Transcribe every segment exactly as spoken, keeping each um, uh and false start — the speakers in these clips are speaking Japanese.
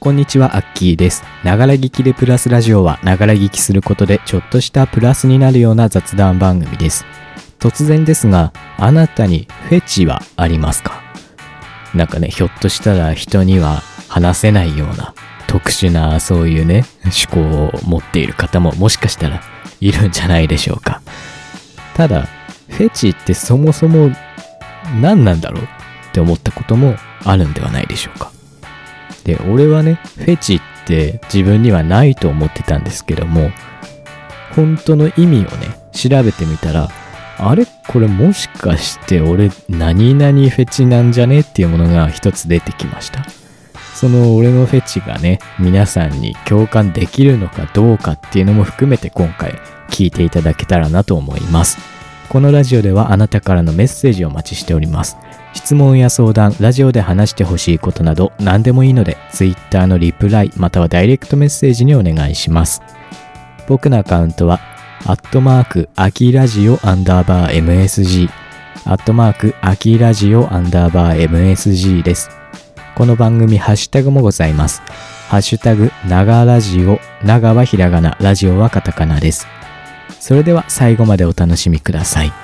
こんにちは、アッキーです。ながら聞きでプラスラジオは、ながら聞きすることでちょっとしたプラスになるような雑談番組です。突然ですが、あなたにフェチはありますか？なんかね、ひょっとしたら人には話せないような特殊なそういうね、思考を持っている方ももしかしたらいるんじゃないでしょうか。ただ、フェチってそもそも何なんだろうって思ったこともあるんではないでしょうか。で、俺はね、フェチって自分にはないと思ってたんですけども、本当の意味をね、調べてみたら、あれこれもしかして俺何々フェチなんじゃねっていうものが一つ出てきました。その俺のフェチがね、皆さんに共感できるのかどうかっていうのも含めて今回聞いていただけたらなと思います。このラジオではあなたからのメッセージをお待ちしております。質問や相談、ラジオで話してほしいことなど何でもいいので、Twitter のリプライまたはダイレクトメッセージにお願いします。僕のアカウントは、アットマーク、アキラジオアンダーバー エムエスジー、アットマーク、アキラジオアンダーバー エムエスジー です。この番組、ハッシュタグもございます。ハッシュタグ、ながラジオ、ながはひらがな、ラジオはカタカナです。それでは最後までお楽しみください。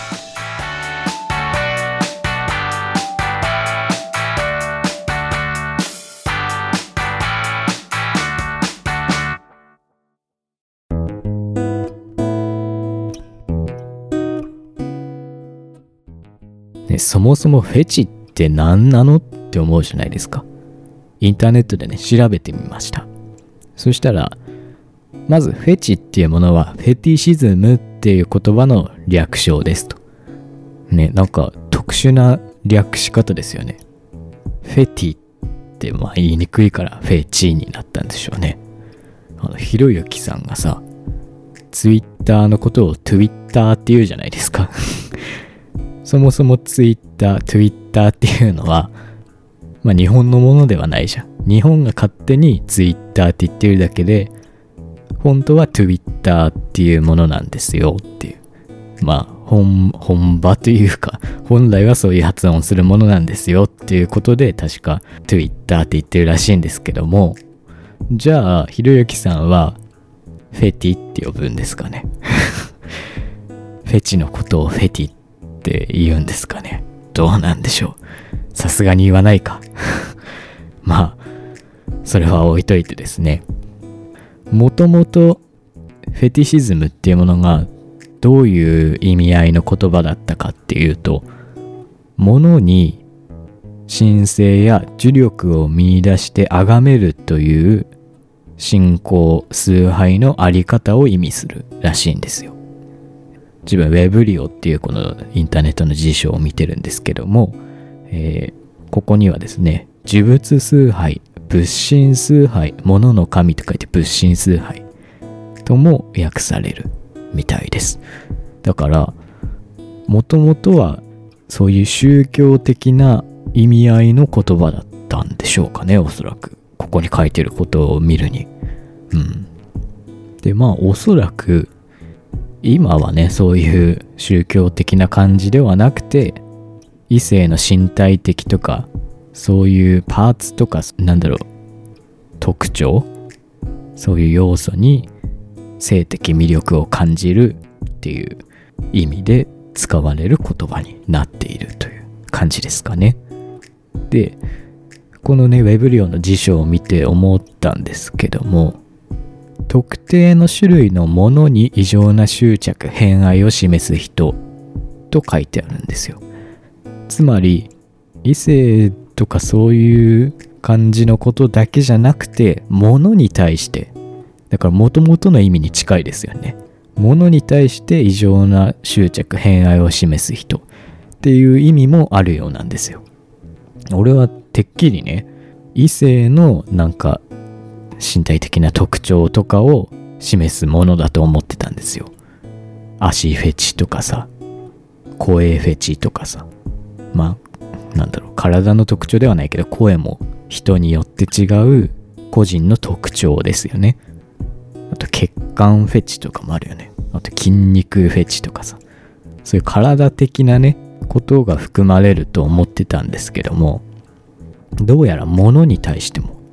ね、そもそもフェチって何なのって思うじゃないですか。インターネットでね、調べてみました。そしたら、まずフェチっていうものはフェティシズムっていう言葉の略称ですと。ね、なんか特殊な略し方ですよね。フェティってまあ言いにくいからフェチになったんでしょうね。あの、ひろゆきさんがさ、ツイッターのことをトゥイッターって言うじゃないですか。そもそもツイッター、トゥイッターっていうのは、まあ日本のものではないじゃん。日本が勝手にツイッターって言ってるだけで、本当は Twitter っていうものなんですよっていう。まあ本、本場というか、本来はそういう発音するものなんですよっていうことで、確か Twitter って言ってるらしいんですけども、じゃあ、ひろゆきさんはフェティって呼ぶんですかね。フェチのことをフェティって言うんですかね。どうなんでしょう。さすがに言わないか。まあ、それは置いといてですね。もともとフェティシズムっていうものがどういう意味合いの言葉だったかっていうと、物に神聖や呪力を見出して崇めるという信仰崇拝のあり方を意味するらしいんですよ。自分ウェブリオっていうこのインターネットの辞書を見てるんですけども、えー、ここにはですね、呪物崇拝、仏神崇拝、物の神と書いて仏神崇拝とも訳されるみたいです。だからもともとはそういう宗教的な意味合いの言葉だったんでしょうかね、おそらく。ここに書いてることを見るに。うん。で、まあおそらく今はね、そういう宗教的な感じではなくて、異性の身体的とかそういうパーツとか、なんだろう、特徴、そういう要素に性的魅力を感じるっていう意味で使われる言葉になっているという感じですかね。で、このね、ウェブリオの辞書を見て思ったんですけども、特定の種類のものに異常な執着、偏愛を示す人と書いてあるんですよ。つまり、異性とかそういう感じのことだけじゃなくて、物に対して、だから元々の意味に近いですよね。物に対して異常な執着、偏愛を示す人っていう意味もあるようなんですよ。俺はてっきりね、異性のなんか身体的な特徴とかを示すものだと思ってたんですよ。足フェチとかさ、声フェチとかさ、まあなんだろう、体の特徴ではないけど声も人によって違う個人の特徴ですよね。あと血管フェチとかもあるよね。あと筋肉フェチとかさ、そういう体的なねことが含まれると思ってたんですけども、どうやら物に対しても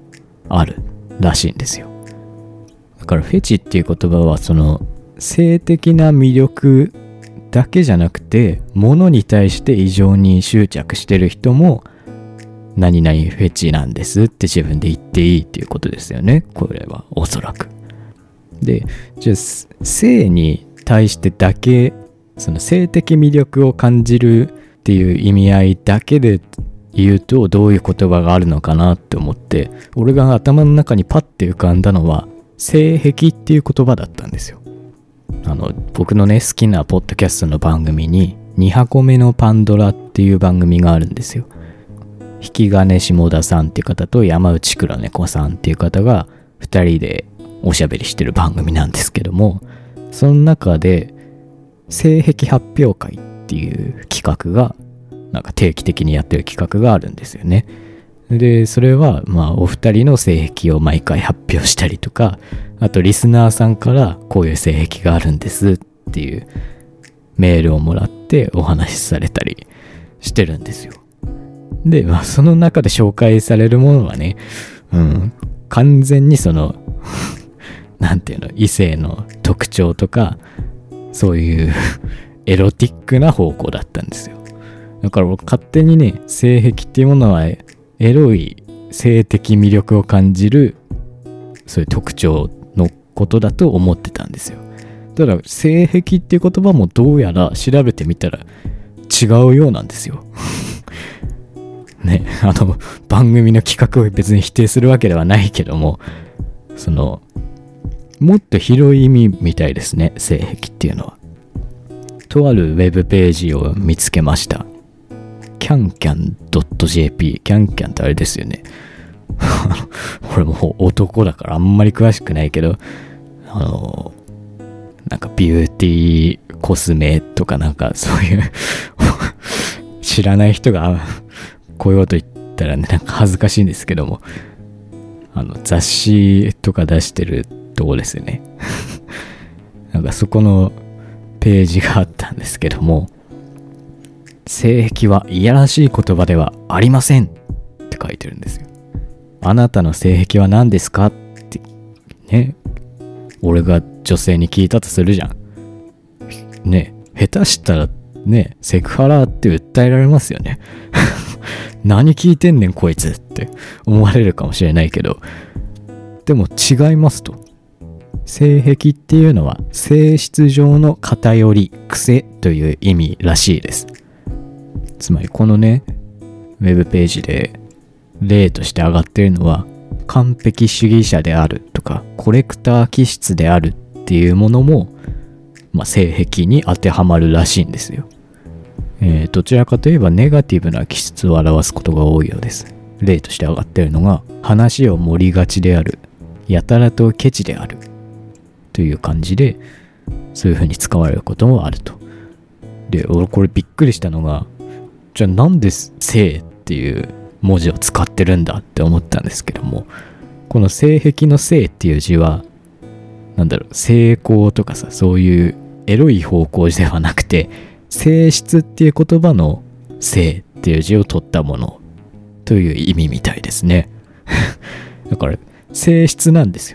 あるらしいんですよ。だからフェチっていう言葉はその性的な魅力だけじゃなくて、物に対して異常に執着してる人も何々フェチなんですって自分で言っていいっていうことですよね。これはおそらく。で、じゃあ性に対してだけ、その性的魅力を感じるっていう意味合いだけで言うとどういう言葉があるのかなって思って、俺が頭の中にパッて浮かんだのは性癖っていう言葉だったんですよ。あの僕のね好きなポッドキャストの番組にに箱目のパンドラっていう番組があるんですよ。引き金下田さんっていう方と山内黒猫さんっていう方がふたりでおしゃべりしてる番組なんですけども、その中で性癖発表会っていう企画がなんか定期的にやってる企画があるんですよね。でそれはまあお二人の性癖を毎回発表したりとか、あとリスナーさんからこういう性癖があるんですっていうメールをもらってお話しされたりしてるんですよ。で、まあ、その中で紹介されるものはね、うん、完全にそのなんていうの、異性の特徴とかそういうエロティックな方向だったんですよ。だから僕勝手にね、性癖っていうものはエロい性的魅力を感じるそういう特徴のことだと思ってたんですよ。ただ性癖っていう言葉もどうやら調べてみたら違うようなんですよね、あの番組の企画を別に否定するわけではないけども、そのもっと広い意味みたいですね、性癖っていうのは。とあるウェブページを見つけました。キャンキャン .jp。 キャンキャンってあれですよね俺も男だからあんまり詳しくないけど、あのなんかビューティーコスメとかなんかそういう知らない人がこういうこと言ったらね、なんか恥ずかしいんですけども、あの雑誌とか出してるとこですよねなんかそこのページがあったんですけども、性癖はいやらしい言葉ではありませんって書いてるんですよ。あなたの性癖は何ですかってね、俺が女性に聞いたとするじゃんね。下手したらね、セクハラって訴えられますよね何聞いてんねんこいつって思われるかもしれないけど、でも違いますと。性癖っていうのは性質上の偏り、癖という意味らしいです。つまりこのねウェブページで例として上がっているのは、完璧主義者であるとかコレクター気質であるっていうものも、まあ、性癖に当てはまるらしいんですよ。えー、どちらかといえばネガティブな気質を表すことが多いようです。例として上がっているのが、話を盛りがちである、やたらとケチであるという感じで、そういう風に使われることもあると。で、俺これびっくりしたのが、じゃあなんで性っていう文字を使ってるんだって思ったんですけども、この性癖の性っていう字はなんだろう、成功とかさ、そういうエロい方向ではなくて、性質っていう言葉の性っていう字を取ったものという意味みたいですねだから性質なんですよ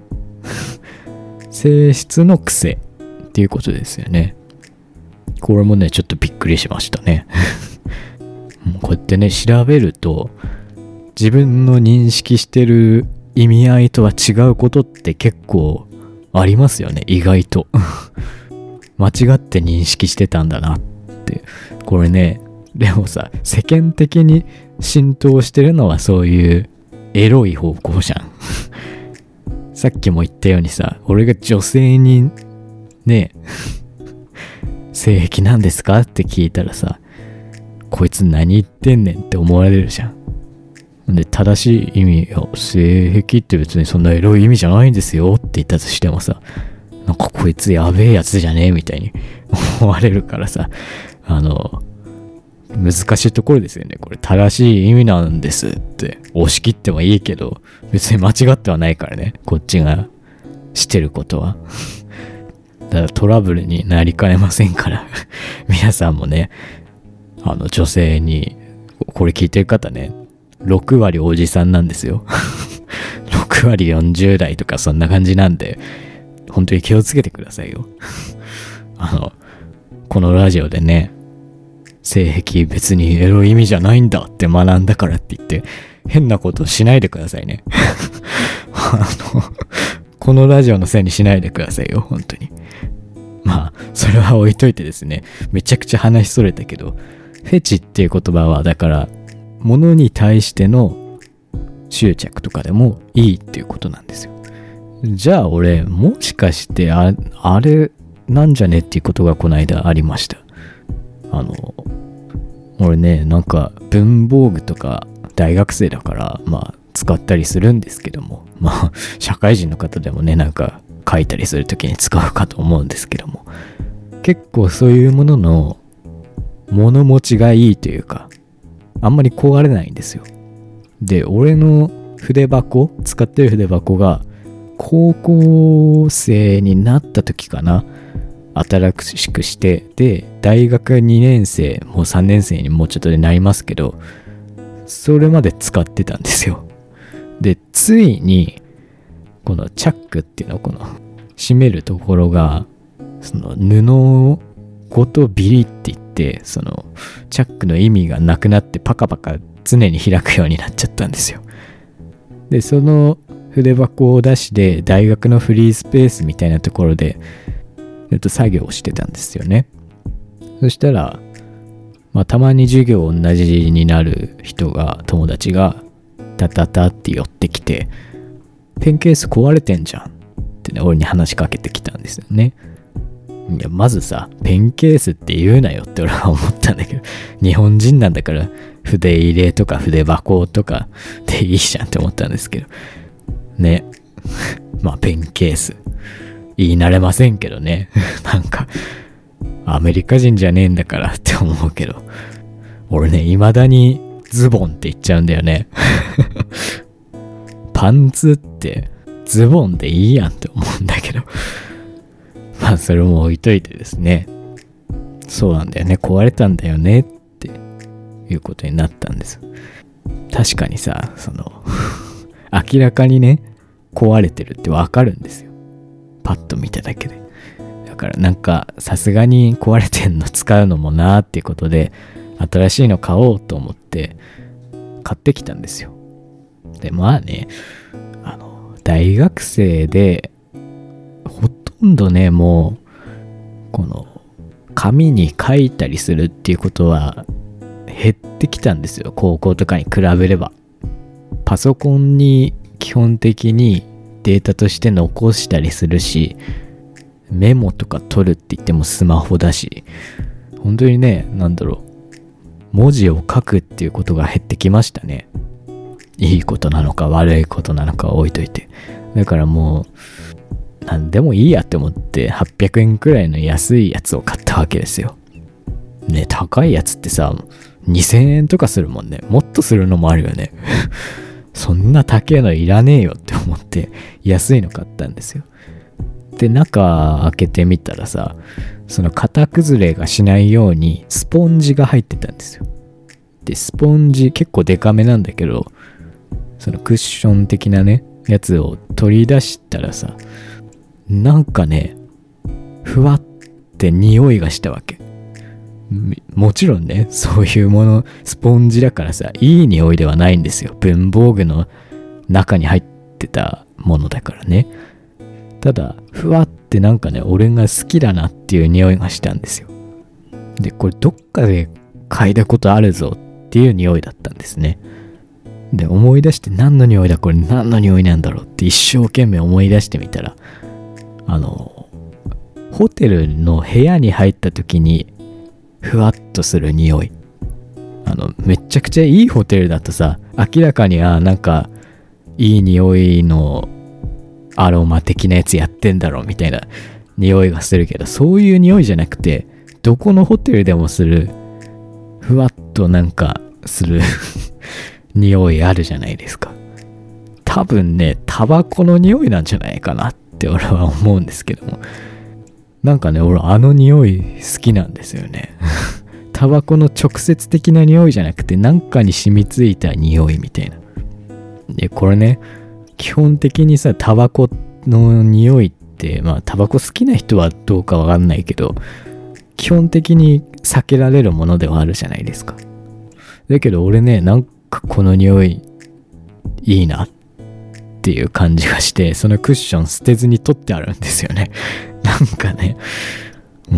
性質の癖っていうことですよね。これもねちょっとびっくりしましたねこうやってね調べると、自分の認識してる意味合いとは違うことって結構ありますよね、意外と間違って認識してたんだなって。これね、でもさ、世間的に浸透してるのはそういうエロい方向じゃんさっきも言ったようにさ、俺が女性にね性癖なんですかって聞いたらさ、こいつ何言ってんねんって思われるじゃん。で、正しい意味、性癖って別にそんなエロい意味じゃないんですよって言ったとしてもさ、なんかこいつやべえやつじゃねえみたいに思われるからさ、あの難しいところですよね。これ正しい意味なんですって押し切ってもいいけど、別に間違ってはないからね、こっちがしてることはだからトラブルになりかねませんから皆さんもね、あの女性にこれ聞いてる方ね、ろくわりおじさんなんですよく割よんじゅう代とかそんな感じなんで、本当に気をつけてくださいよ。あの、このラジオでね、性癖別にエロい意味じゃないんだって学んだからって言って、変なことしないでくださいね。あの、このラジオのせいにしないでくださいよ、本当に。まあ、それは置いといてですね、めちゃくちゃ話しそれたけど、フェチっていう言葉は、だから、物に対しての執着とかでもいいっていうことなんですよ。じゃあ俺、もしかしてあ、あれなんじゃねっていうことがこの間ありました。あの、俺ね、なんか文房具とか大学生だから、まあ使ったりするんですけども、まあ社会人の方でもね、なんか書いたりするときに使うかと思うんですけども、結構そういうものの物持ちがいいというか、あんまり壊れないんですよ。で、俺の筆箱、使ってる筆箱が高校生になった時かな、新しくして、で大学にねん生、もうさんねん生にもうちょっとでなりますけど、それまで使ってたんですよ。でついにこのチャックっていうの、この閉めるところがその布ごとビリっていって、そのチャックの意味がなくなってパカパカ常に開くようになっちゃったんですよ。でその筆箱を出して大学のフリースペースみたいなところでちょっと作業をしてたんですよね。そしたら、まあ、たまに授業同じになる人が、友達がタタタって寄ってきて、ペンケース壊れてんじゃんってね、俺に話しかけてきたんですよね。いや、まずさ、ペンケースって言うなよって俺は思ったんだけど、日本人なんだから筆入れとか筆箱とかでいいじゃんって思ったんですけどね。まあペンケース言い慣れませんけどね。なんかアメリカ人じゃねえんだからって思うけど、俺ね、未だにズボンって言っちゃうんだよね。パンツってズボンでいいやんって思うんだけど、まあそれも置いといてですね、そうなんだよね、壊れたんだよねっていうことになったんです。確かにさ、その明らかにね、壊れてるってわかるんですよ、パッと見ただけで。だからなんかさすがに壊れてんの使うのもなーっていうことで、新しいの買おうと思って買ってきたんですよ。でまあね、あの大学生でほとんどね、もうこの紙に書いたりするっていうことは減ってきたんですよ、高校とかに比べれば。パソコンに基本的にデータとして残したりするし、メモとか取るって言ってもスマホだし、本当にね、なんだろう、文字を書くっていうことが減ってきましたね。いいことなのか悪いことなのかは置いといて。だからもう何でもいいやって思ってはっぴゃくえんくらいの安いやつを買ったわけですよ。ね、高いやつってさにせんえんとかするもんね。もっとするのもあるよね。そんな高いのいらねえよって思って安いの買ったんですよ。で中開けてみたらさ、その型崩れがしないようにスポンジが入ってたんですよ。でスポンジ結構デカめなんだけど、そのクッション的なねやつを取り出したらさ、なんかねふわって匂いがしたわけ。もちろんね、そういうものスポンジだからさ、いい匂いではないんですよ。文房具の中に入ってたものだからね。ただふわってなんかね、俺が好きだなっていう匂いがしたんですよ。でこれどっかで嗅いだことあるぞっていう匂いだったんですね。で思い出して、何の匂いだこれ、何の匂いなんだろうって一生懸命思い出してみたら、あのホテルの部屋に入った時にふわっとする匂い。あのめちゃくちゃいいホテルだとさ、明らかにあなんかいい匂いのアロマ的なやつやってんだろうみたいな匂いがするけど、そういう匂いじゃなくて、どこのホテルでもするふわっとなんかする匂いあるじゃないですか。多分ね、タバコの匂いなんじゃないかなって俺は思うんですけども、なんかね、俺あの匂い好きなんですよね。タバコの直接的な匂いじゃなくて、なんかに染みついた匂いみたいな。でこれね、 基本的にさ、タバコの匂いって、まあタバコ好きな人はどうかわかんないけど、基本的に避けられるものではあるじゃないですか。だけど俺ね、なんかこの匂いいいなっていう感じがして、そのクッション捨てずに取ってあるんですよね。なんかね、うん、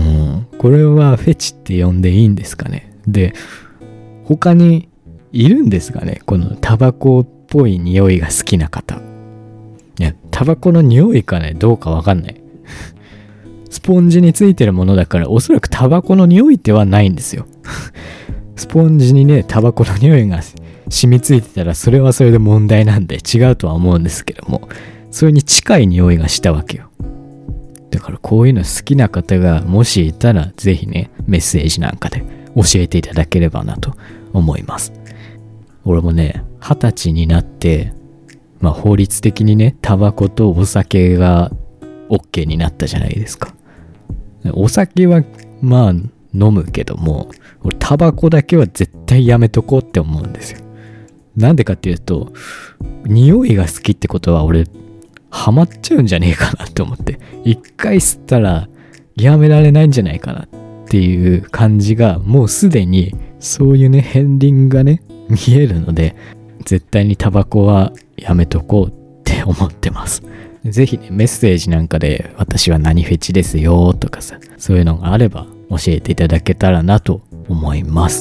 これはフェチって呼んでいいんですかね。で、他にいるんですかね、このタバコっぽい匂いが好きな方。いや、タバコの匂いかね、どうかわかんない。スポンジについてるものだから、おそらくタバコの匂いではないんですよ。スポンジにね、タバコの匂いが染みついてたら、それはそれで問題なんで違うとは思うんですけども、それに近い匂いがしたわけよ。だからこういうの好きな方がもしいたら、ぜひね、メッセージなんかで教えていただければなと思います。俺もね、二十歳になって、まあ法律的にね、タバコとお酒が OK になったじゃないですか。お酒はまあ飲むけども、俺タバコだけは絶対やめとこうって思うんですよ。なんでかっていうと、匂いが好きってことは俺ハマっちゃうんじゃねえかなって思って、一回吸ったらやめられないんじゃないかなっていう感じが、もうすでにそういうね、片鱗がね見えるので、絶対にタバコはやめとこうって思ってます。ぜひね、メッセージなんかで私は何フェチですよとかさ、そういうのがあれば教えていただけたらなと思います。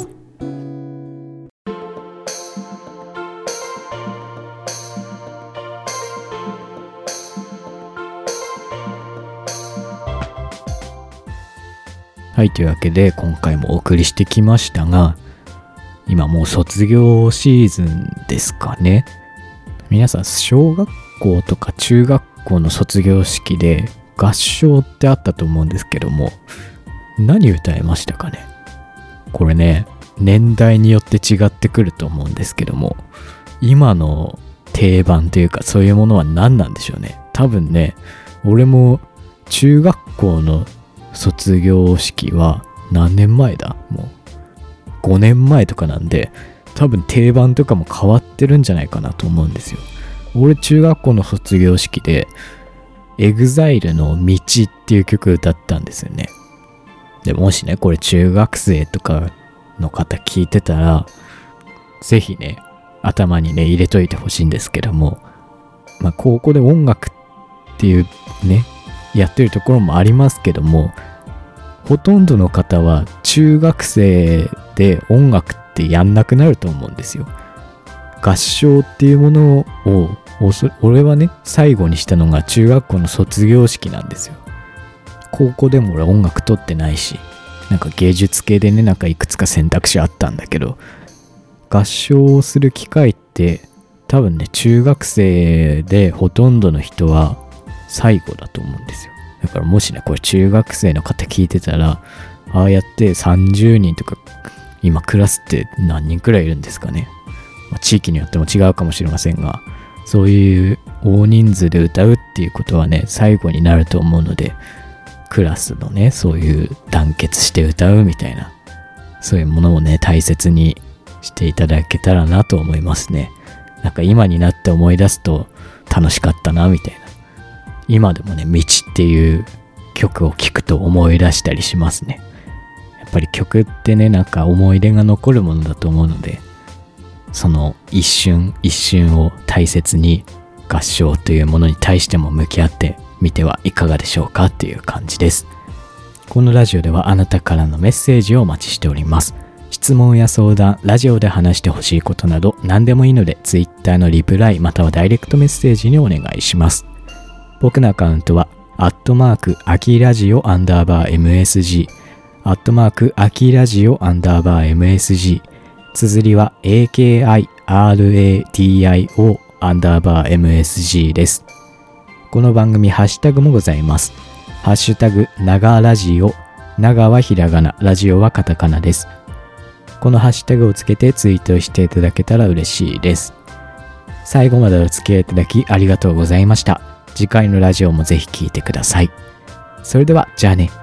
はい、というわけで今回もお送りしてきましたが、今もう卒業シーズンですかね。皆さん小学校とか中学校の卒業式で合唱ってあったと思うんですけども、何歌いましたかね。これね、年代によって違ってくると思うんですけども、今の定番というかそういうものは何なんでしょうね。多分ね、俺も中学校の卒業式は何年前だ？もうごねんまえとかなんで、多分定番とかも変わってるんじゃないかなと思うんですよ。俺中学校の卒業式でエグザイルの道っていう曲歌ったんですよね。でもしね、これ中学生とかの方聞いてたら、ぜひね、頭にね入れといてほしいんですけども、まあ高校で音楽っていうねやってるところもありますけども、ほとんどの方は中学生で音楽ってやんなくなると思うんですよ。合唱っていうものを俺はね最後にしたのが中学校の卒業式なんですよ。高校でも俺音楽取ってないし、なんか芸術系でね、なんかいくつか選択肢あったんだけど、合唱をする機会って多分ね中学生でほとんどの人は最後だと思うんですよ。だからもしねこれ中学生の方聞いてたら、ああやってさんじゅうにんとか、今クラスって何人くらいいるんですかね、まあ、地域によっても違うかもしれませんが、そういう大人数で歌うっていうことはね最後になると思うので、クラスのねそういう団結して歌うみたいな、そういうものをね大切にしていただけたらなと思いますね。なんか今になって思い出すと楽しかったなみたいな。今でもね、道っていう曲を聴くと思い出したりしますね。やっぱり曲ってね、なんか思い出が残るものだと思うので、その一瞬一瞬を大切に合唱というものに対しても向き合ってみてはいかがでしょうかっていう感じです。このラジオではあなたからのメッセージをお待ちしております。質問や相談、ラジオで話してほしいことなど何でもいいので、Twitter のリプライまたはダイレクトメッセージにお願いします。僕のアカウントはアットマークアキラジオアンダーバー エムエスジー アットマークアキラジオアンダーバー エムエスジー、 綴りは エーケーアイアールエーティーアイオー アンダーバー エムエスジー です。この番組ハッシュタグもございます。ハッシュタグながラジオ、ながはひらがな、ラジオはカタカナです。このハッシュタグをつけてツイートしていただけたら嬉しいです。最後までお付き合いいただきありがとうございました。次回のラジオもぜひ聞いてください。それではじゃあね。